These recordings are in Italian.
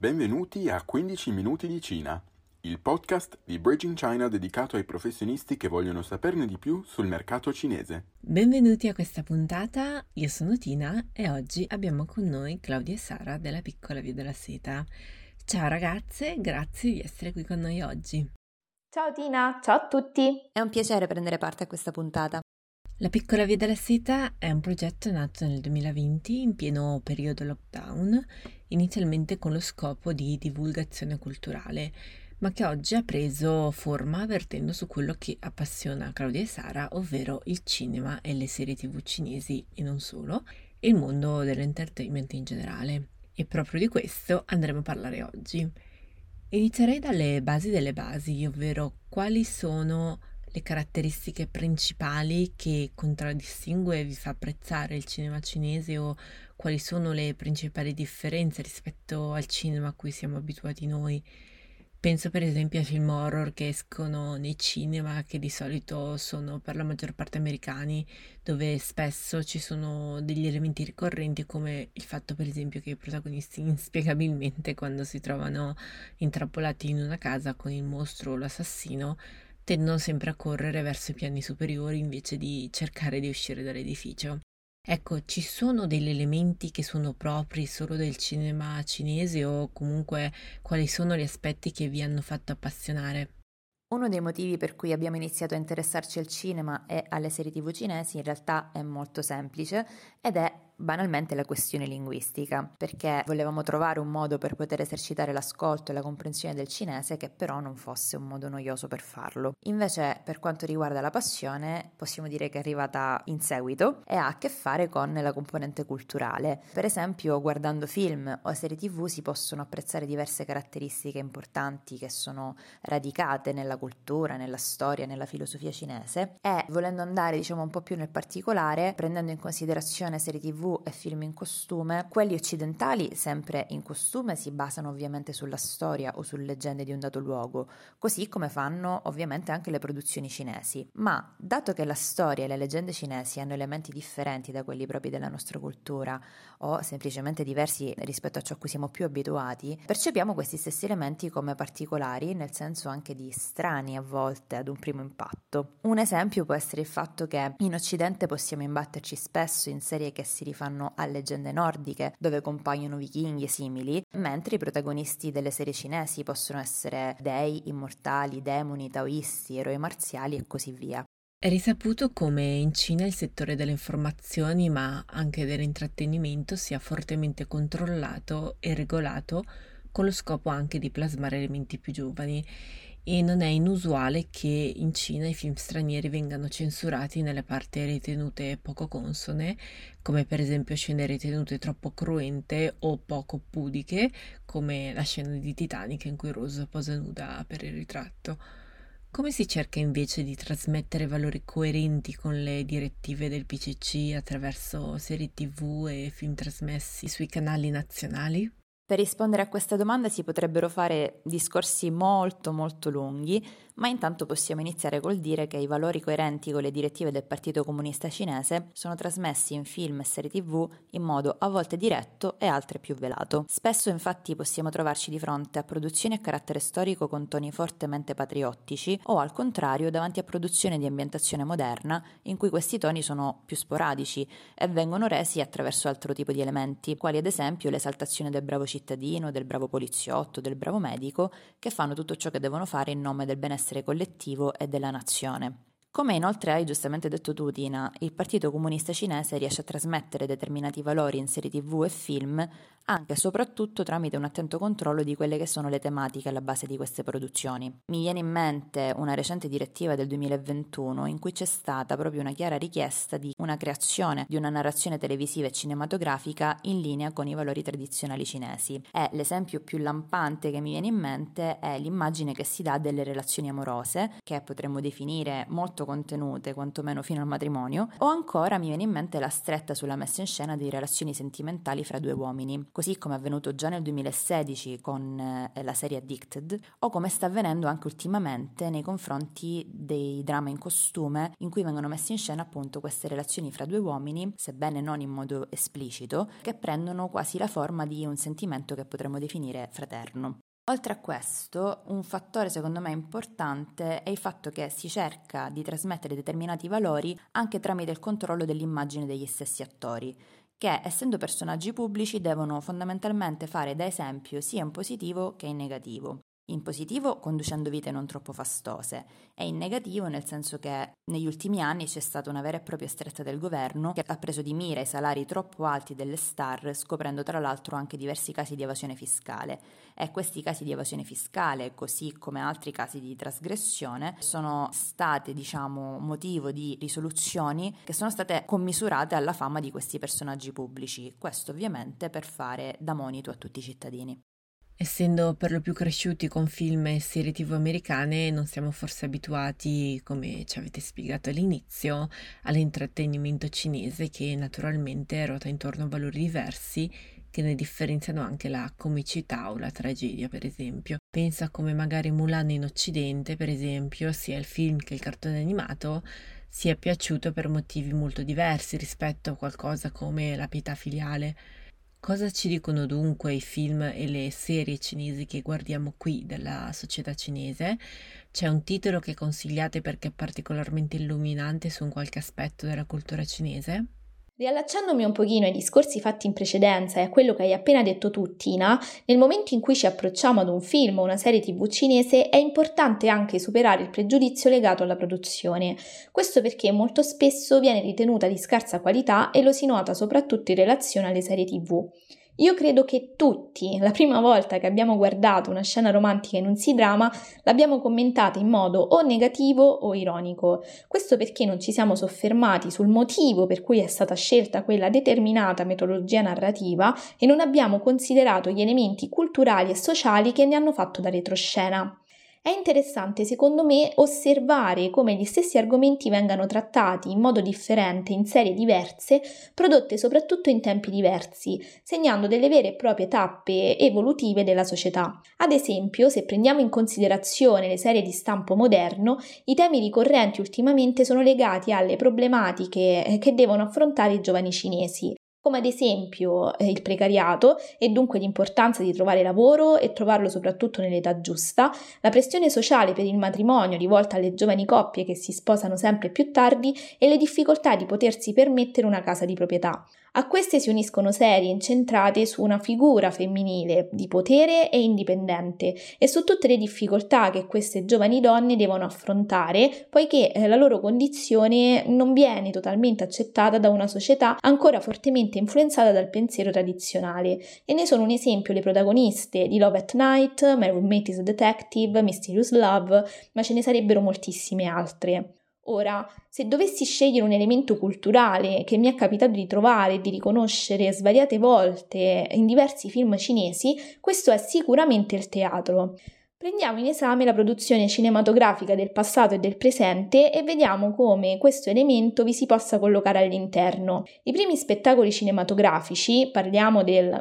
Benvenuti a 15 minuti di Cina, il podcast di Bridging China dedicato ai professionisti che vogliono saperne di più sul mercato cinese. Benvenuti a questa puntata, io sono Tina e oggi abbiamo con noi Claudia e Sara della Piccola Via della Seta. Ciao ragazze, grazie di essere qui con noi oggi. Ciao Tina, ciao a tutti! È un piacere prendere parte a questa puntata. La Piccola Via della Seta è un progetto nato nel 2020 in pieno periodo lockdown, inizialmente con lo scopo di divulgazione culturale, ma che oggi ha preso forma vertendo su quello che appassiona Claudia e Sara, ovvero il cinema e le serie TV cinesi e non solo, e il mondo dell'entertainment in generale. E proprio di questo andremo a parlare oggi. Inizierei dalle basi delle basi, ovvero quali sono le caratteristiche principali che contraddistingue e vi fa apprezzare il cinema cinese o quali sono le principali differenze rispetto al cinema a cui siamo abituati noi. Penso per esempio ai film horror che escono nei cinema, che di solito sono per la maggior parte americani, dove spesso ci sono degli elementi ricorrenti come il fatto per esempio che i protagonisti inspiegabilmente quando si trovano intrappolati in una casa con il mostro o l'assassino tendono sempre a correre verso i piani superiori invece di cercare di uscire dall'edificio. Ecco, ci sono degli elementi che sono propri solo del cinema cinese o comunque quali sono gli aspetti che vi hanno fatto appassionare? Uno dei motivi per cui abbiamo iniziato a interessarci al cinema e alle serie TV cinesi in realtà è molto semplice ed è banalmente la questione linguistica, perché volevamo trovare un modo per poter esercitare l'ascolto e la comprensione del cinese che però non fosse un modo noioso per farlo. Invece, per quanto riguarda la passione, possiamo dire che è arrivata in seguito e ha a che fare con la componente culturale. Per esempio, guardando film o serie TV si possono apprezzare diverse caratteristiche importanti che sono radicate nella cultura, nella storia, nella filosofia cinese e volendo andare un po' più nel particolare, prendendo in considerazione serie TV e film in costume, quelli occidentali sempre in costume si basano ovviamente sulla storia o sulle leggende di un dato luogo, così come fanno ovviamente anche le produzioni cinesi. Ma dato che la storia e le leggende cinesi hanno elementi differenti da quelli propri della nostra cultura o semplicemente diversi rispetto a ciò a cui siamo più abituati, percepiamo questi stessi elementi come particolari, nel senso anche di strani a volte ad un primo impatto. Un esempio può essere il fatto che in Occidente possiamo imbatterci spesso in serie che si rifanno a leggende nordiche, dove compaiono vichinghi e simili, mentre i protagonisti delle serie cinesi possono essere dei, immortali, demoni, taoisti, eroi marziali e così via. È risaputo come in Cina il settore delle informazioni, ma anche dell'intrattenimento, sia fortemente controllato e regolato con lo scopo anche di plasmare elementi più giovani e non è inusuale che in Cina i film stranieri vengano censurati nelle parti ritenute poco consone, come per esempio scene ritenute troppo cruente o poco pudiche, come la scena di Titanic in cui Rose posa nuda per il ritratto. Come si cerca invece di trasmettere valori coerenti con le direttive del PCC attraverso serie TV e film trasmessi sui canali nazionali? Per rispondere a questa domanda si potrebbero fare discorsi molto lunghi, ma intanto possiamo iniziare col dire che i valori coerenti con le direttive del Partito Comunista Cinese sono trasmessi in film e serie TV in modo a volte diretto e altre più velato. Spesso infatti possiamo trovarci di fronte a produzioni a carattere storico con toni fortemente patriottici o al contrario davanti a produzioni di ambientazione moderna in cui questi toni sono più sporadici e vengono resi attraverso altro tipo di elementi, quali ad esempio l'esaltazione del bravo cittadino, del bravo poliziotto, del bravo medico, che fanno tutto ciò che devono fare in nome del benessere collettivo e della nazione. Come inoltre hai giustamente detto tu, Tina, il Partito Comunista Cinese riesce a trasmettere determinati valori in serie TV e film anche e soprattutto tramite un attento controllo di quelle che sono le tematiche alla base di queste produzioni. Mi viene in mente una recente direttiva del 2021 in cui c'è stata proprio una chiara richiesta di una creazione di una narrazione televisiva e cinematografica in linea con i valori tradizionali cinesi. E l'esempio più lampante che mi viene in mente è l'immagine che si dà delle relazioni amorose, che potremmo definire molto contenute, quantomeno fino al matrimonio, o ancora mi viene in mente la stretta sulla messa in scena di relazioni sentimentali fra due uomini, così come è avvenuto già nel 2016 con la serie Addicted, o come sta avvenendo anche ultimamente nei confronti dei drama in costume in cui vengono messe in scena appunto queste relazioni fra due uomini, sebbene non in modo esplicito, che prendono quasi la forma di un sentimento che potremmo definire fraterno. Oltre a questo, un fattore secondo me importante è il fatto che si cerca di trasmettere determinati valori anche tramite il controllo dell'immagine degli stessi attori, che essendo personaggi pubblici devono fondamentalmente fare da esempio sia in positivo che in negativo. In positivo conducendo vite non troppo fastose e in negativo nel senso che negli ultimi anni c'è stata una vera e propria stretta del governo che ha preso di mira i salari troppo alti delle star, scoprendo tra l'altro anche diversi casi di evasione fiscale, e questi casi di evasione fiscale, così come altri casi di trasgressione, sono state motivo di risoluzioni che sono state commisurate alla fama di questi personaggi pubblici, questo ovviamente per fare da monito a tutti i cittadini. Essendo per lo più cresciuti con film e serie TV americane, non siamo forse abituati, come ci avete spiegato all'inizio, all'intrattenimento cinese che naturalmente ruota intorno a valori diversi che ne differenziano anche la comicità o la tragedia, per esempio. Pensa come magari Mulan in Occidente, per esempio, sia il film che il cartone animato sia piaciuto per motivi molto diversi rispetto a qualcosa come la pietà filiale. Cosa ci dicono dunque i film e le serie cinesi che guardiamo qui della società cinese? C'è un titolo che consigliate perché è particolarmente illuminante su un qualche aspetto della cultura cinese? Riallacciandomi un pochino ai discorsi fatti in precedenza e a quello che hai appena detto tu, Tina, nel momento in cui ci approcciamo ad un film o una serie TV cinese è importante anche superare il pregiudizio legato alla produzione. Questo perché molto spesso viene ritenuta di scarsa qualità e lo si nota soprattutto in relazione alle serie TV. Io credo che tutti, la prima volta che abbiamo guardato una scena romantica in un C-drama, l'abbiamo commentata in modo o negativo o ironico. Questo perché non ci siamo soffermati sul motivo per cui è stata scelta quella determinata metodologia narrativa e non abbiamo considerato gli elementi culturali e sociali che ne hanno fatto da retroscena. È interessante, secondo me, osservare come gli stessi argomenti vengano trattati in modo differente in serie diverse, prodotte soprattutto in tempi diversi, segnando delle vere e proprie tappe evolutive della società. Ad esempio, se prendiamo in considerazione le serie di stampo moderno, i temi ricorrenti ultimamente sono legati alle problematiche che devono affrontare i giovani cinesi, come ad esempio il precariato e dunque l'importanza di trovare lavoro e trovarlo soprattutto nell'età giusta, la pressione sociale per il matrimonio rivolta alle giovani coppie che si sposano sempre più tardi e le difficoltà di potersi permettere una casa di proprietà. A queste si uniscono serie incentrate su una figura femminile di potere e indipendente e su tutte le difficoltà che queste giovani donne devono affrontare, poiché la loro condizione non viene totalmente accettata da una società ancora fortemente influenzata dal pensiero tradizionale, e ne sono un esempio le protagoniste di Love at Night, My Roommate is a Detective, Mysterious Love, ma ce ne sarebbero moltissime altre. Ora, se dovessi scegliere un elemento culturale che mi è capitato di trovare e di riconoscere svariate volte in diversi film cinesi, questo è sicuramente il teatro. Prendiamo in esame la produzione cinematografica del passato e del presente e vediamo come questo elemento vi si possa collocare all'interno. I primi spettacoli cinematografici, parliamo del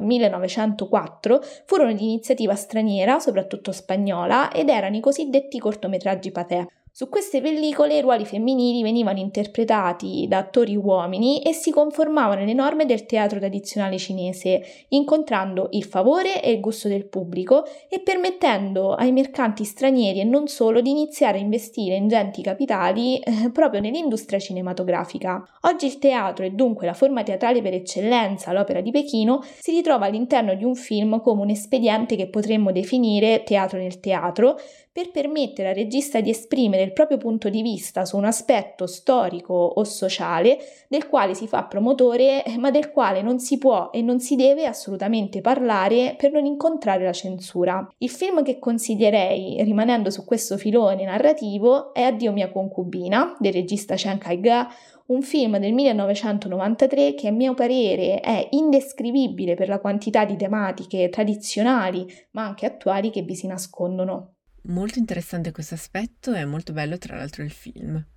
1904, furono di iniziativa straniera, soprattutto spagnola, ed erano i cosiddetti cortometraggi paté. Su queste pellicole i ruoli femminili venivano interpretati da attori uomini e si conformavano alle norme del teatro tradizionale cinese, incontrando il favore e il gusto del pubblico e permettendo ai mercanti stranieri e non solo di iniziare a investire ingenti capitali proprio nell'industria cinematografica. Oggi il teatro, e dunque la forma teatrale per eccellenza, l'opera di Pechino, si ritrova all'interno di un film come un espediente che potremmo definire teatro nel teatro, per permettere al regista di esprimere il proprio punto di vista su un aspetto storico o sociale del quale si fa promotore, ma del quale non si può e non si deve assolutamente parlare per non incontrare la censura. Il film che consiglierei, rimanendo su questo filone narrativo, è Addio mia concubina, del regista Chen Kai-ge, un film del 1993 che a mio parere è indescrivibile per la quantità di tematiche tradizionali ma anche attuali che vi si nascondono. Molto interessante questo aspetto e molto bello tra l'altro il film.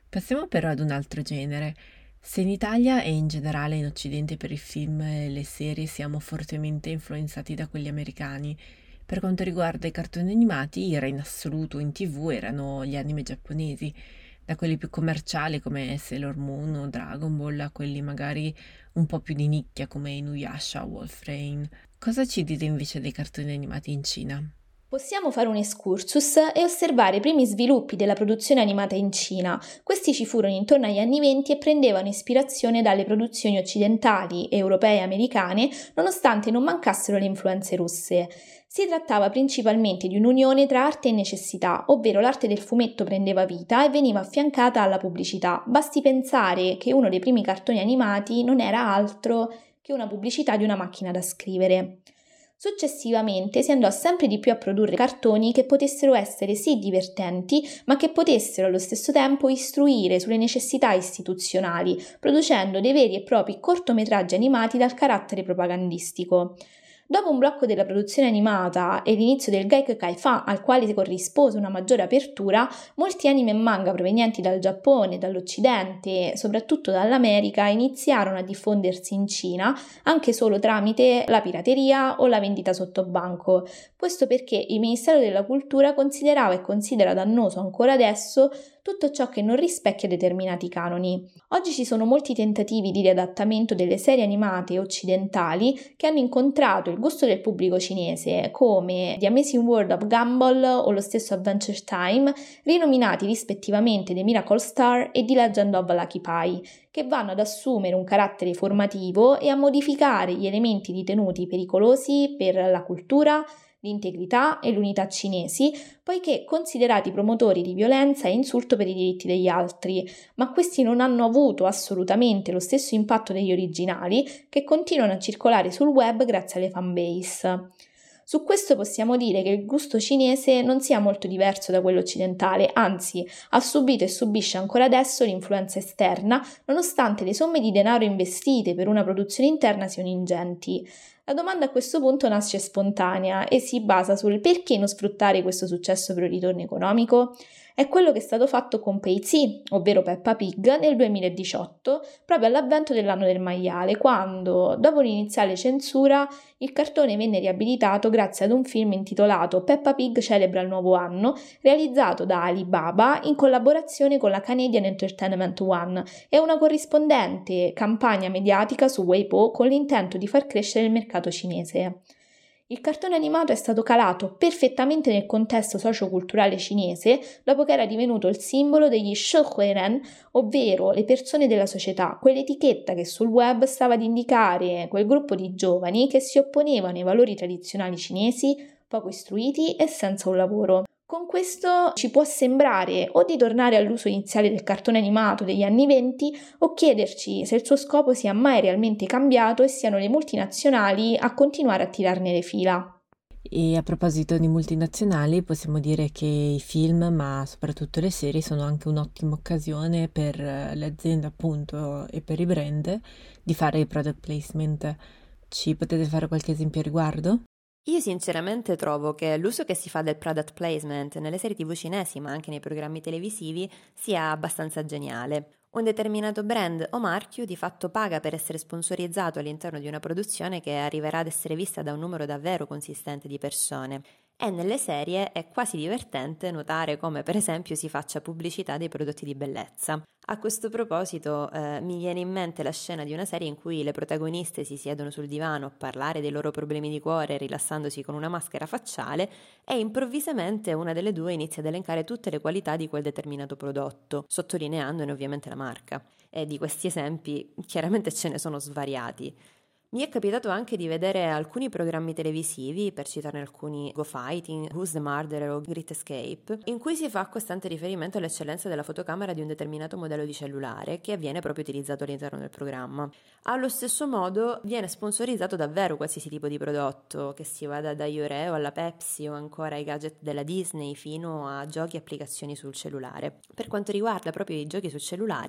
Passiamo però ad un altro genere. Se in Italia e in generale in Occidente per i film e le serie siamo fortemente influenzati da quelli americani, per quanto riguarda i cartoni animati, i re in assoluto in TV erano gli anime giapponesi, da quelli più commerciali come Sailor Moon o Dragon Ball a quelli magari un po' più di nicchia come Inuyasha o Wolf Rain. Cosa ci dite invece dei cartoni animati in Cina? Possiamo fare un excursus e osservare i primi sviluppi della produzione animata in Cina. Questi ci furono intorno agli anni '20 e prendevano ispirazione dalle produzioni occidentali, europee e americane, nonostante non mancassero le influenze russe. Si trattava principalmente di un'unione tra arte e necessità, ovvero l'arte del fumetto prendeva vita e veniva affiancata alla pubblicità. Basti pensare che uno dei primi cartoni animati non era altro che una pubblicità di una macchina da scrivere. Successivamente si andò sempre di più a produrre cartoni che potessero essere sì divertenti, ma che potessero allo stesso tempo istruire sulle necessità istituzionali, producendo dei veri e propri cortometraggi animati dal carattere propagandistico. Dopo un blocco della produzione animata e l'inizio del Gaikai-Fan, al quale corrispose una maggiore apertura, molti anime e manga provenienti dal Giappone, dall'Occidente e soprattutto dall'America iniziarono a diffondersi in Cina anche solo tramite la pirateria o la vendita sotto banco. Questo perché il Ministero della Cultura considerava e considera dannoso ancora adesso tutto ciò che non rispecchia determinati canoni. Oggi ci sono molti tentativi di riadattamento delle serie animate occidentali che hanno incontrato il gusto del pubblico cinese, come The Amazing World of Gumball o lo stesso Adventure Time, rinominati rispettivamente The Miracle Star e The Legend of Lucky Pie, che vanno ad assumere un carattere formativo e a modificare gli elementi ritenuti pericolosi per la cultura, l'integrità e l'unità cinesi, poiché considerati promotori di violenza e insulto per i diritti degli altri, ma questi non hanno avuto assolutamente lo stesso impatto degli originali, che continuano a circolare sul web grazie alle fanbase. Su questo possiamo dire che il gusto cinese non sia molto diverso da quello occidentale, anzi ha subito e subisce ancora adesso l'influenza esterna, nonostante le somme di denaro investite per una produzione interna siano ingenti. La domanda a questo punto nasce spontanea e si basa sul perché non sfruttare questo successo per un ritorno economico. È quello che è stato fatto con Pei-Zi, ovvero Peppa Pig, nel 2018, proprio all'avvento dell'anno del maiale, quando, dopo un'iniziale censura, il cartone venne riabilitato grazie ad un film intitolato Peppa Pig celebra il nuovo anno, realizzato da Alibaba in collaborazione con la Canadian Entertainment One e una corrispondente campagna mediatica su Weibo con l'intento di far crescere il mercato cinese. Il cartone animato è stato calato perfettamente nel contesto socioculturale cinese dopo che era divenuto il simbolo degli Shouhuiren, ovvero le persone della società, quell'etichetta che sul web stava ad indicare quel gruppo di giovani che si opponevano ai valori tradizionali cinesi, poco istruiti e senza un lavoro. Con questo ci può sembrare o di tornare all'uso iniziale del cartone animato degli anni '20 o chiederci se il suo scopo sia mai realmente cambiato e siano le multinazionali a continuare a tirarne le fila. E a proposito di multinazionali, possiamo dire che i film, ma soprattutto le serie, sono anche un'ottima occasione per le aziende, appunto, e per i brand di fare il product placement. Ci potete fare qualche esempio a riguardo? Io sinceramente trovo che l'uso che si fa del product placement nelle serie TV cinesi, ma anche nei programmi televisivi, sia abbastanza geniale. Un determinato brand o marchio di fatto paga per essere sponsorizzato all'interno di una produzione che arriverà ad essere vista da un numero davvero consistente di persone. E nelle serie è quasi divertente notare come per esempio si faccia pubblicità dei prodotti di bellezza. A questo proposito mi viene in mente la scena di una serie in cui le protagoniste si siedono sul divano a parlare dei loro problemi di cuore rilassandosi con una maschera facciale e improvvisamente una delle due inizia ad elencare tutte le qualità di quel determinato prodotto, sottolineandone ovviamente la marca. E di questi esempi chiaramente ce ne sono svariati. Mi è capitato anche di vedere alcuni programmi televisivi, per citarne alcuni Go Fighting, Who's the Murderer o Great Escape, in cui si fa costante riferimento all'eccellenza della fotocamera di un determinato modello di cellulare che viene proprio utilizzato all'interno del programma. Allo stesso modo viene sponsorizzato davvero qualsiasi tipo di prodotto, che si vada dagli Oreo alla Pepsi o ancora ai gadget della Disney fino a giochi e applicazioni sul cellulare. Per quanto riguarda proprio i giochi sul cellulare,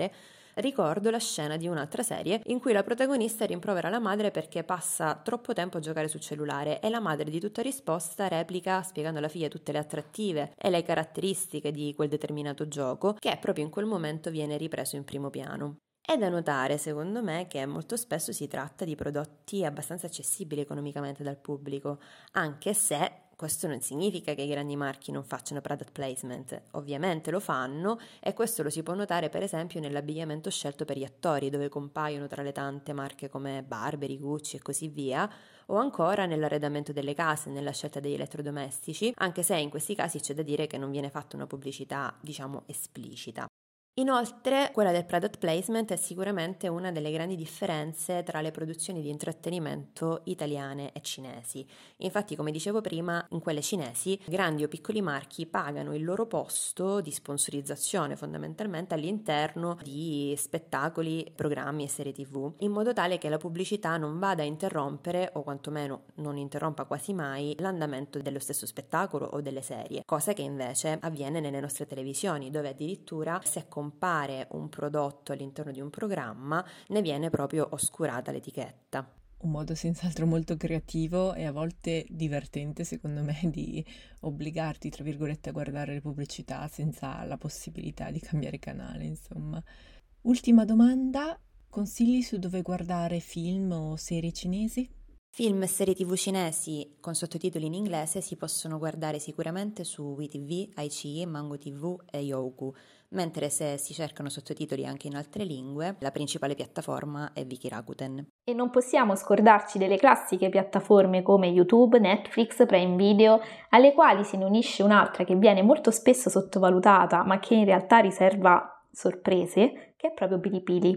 Ricordo la scena di un'altra serie in cui la protagonista rimprovera la madre perché passa troppo tempo a giocare sul cellulare e la madre di tutta risposta replica spiegando alla figlia tutte le attrattive e le caratteristiche di quel determinato gioco che proprio in quel momento viene ripreso in primo piano. È da notare, secondo me, che molto spesso si tratta di prodotti abbastanza accessibili economicamente dal pubblico, anche se questo non significa che i grandi marchi non facciano product placement. Ovviamente lo fanno e questo lo si può notare per esempio nell'abbigliamento scelto per gli attori, dove compaiono tra le tante marche come Burberry, Gucci e così via, o ancora nell'arredamento delle case, nella scelta degli elettrodomestici, anche se in questi casi c'è da dire che non viene fatta una pubblicità, diciamo, esplicita. Inoltre, quella del product placement è sicuramente una delle grandi differenze tra le produzioni di intrattenimento italiane e cinesi. Infatti, come dicevo prima, in quelle cinesi, grandi o piccoli marchi pagano il loro posto di sponsorizzazione fondamentalmente all'interno di spettacoli, programmi e serie TV, in modo tale che la pubblicità non vada a interrompere, o quantomeno non interrompa quasi mai, l'andamento dello stesso spettacolo o delle serie, cosa che invece avviene nelle nostre televisioni, dove addirittura se compare un prodotto all'interno di un programma ne viene proprio oscurata l'etichetta. Un modo senz'altro molto creativo e a volte divertente, secondo me, di obbligarti, tra virgolette, a guardare le pubblicità senza la possibilità di cambiare canale, insomma. Ultima domanda, consigli su dove guardare film o serie cinesi? Film e serie TV cinesi con sottotitoli in inglese si possono guardare sicuramente su WeTV, iQIYI, Mango TV e Youku, mentre se si cercano sottotitoli anche in altre lingue, la principale piattaforma è Viki Rakuten. E non possiamo scordarci delle classiche piattaforme come YouTube, Netflix, Prime Video, alle quali se ne unisce un'altra che viene molto spesso sottovalutata, ma che in realtà riserva sorprese, che è proprio Bilibili.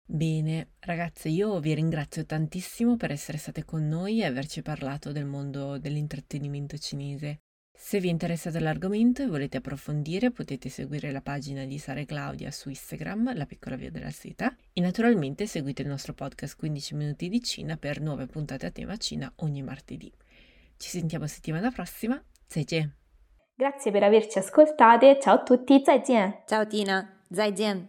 Bene, ragazze, io vi ringrazio tantissimo per essere state con noi e averci parlato del mondo dell'intrattenimento cinese. Se vi è interessato l'argomento e volete approfondire, potete seguire la pagina di Sara e Claudia su Instagram, La Piccola Via della Seta, e naturalmente seguite il nostro podcast 15 minuti di Cina per nuove puntate a tema Cina ogni martedì. Ci sentiamo settimana prossima, 再见! Grazie per averci ascoltate, ciao a tutti, 再见! Ciao Tina, 再见!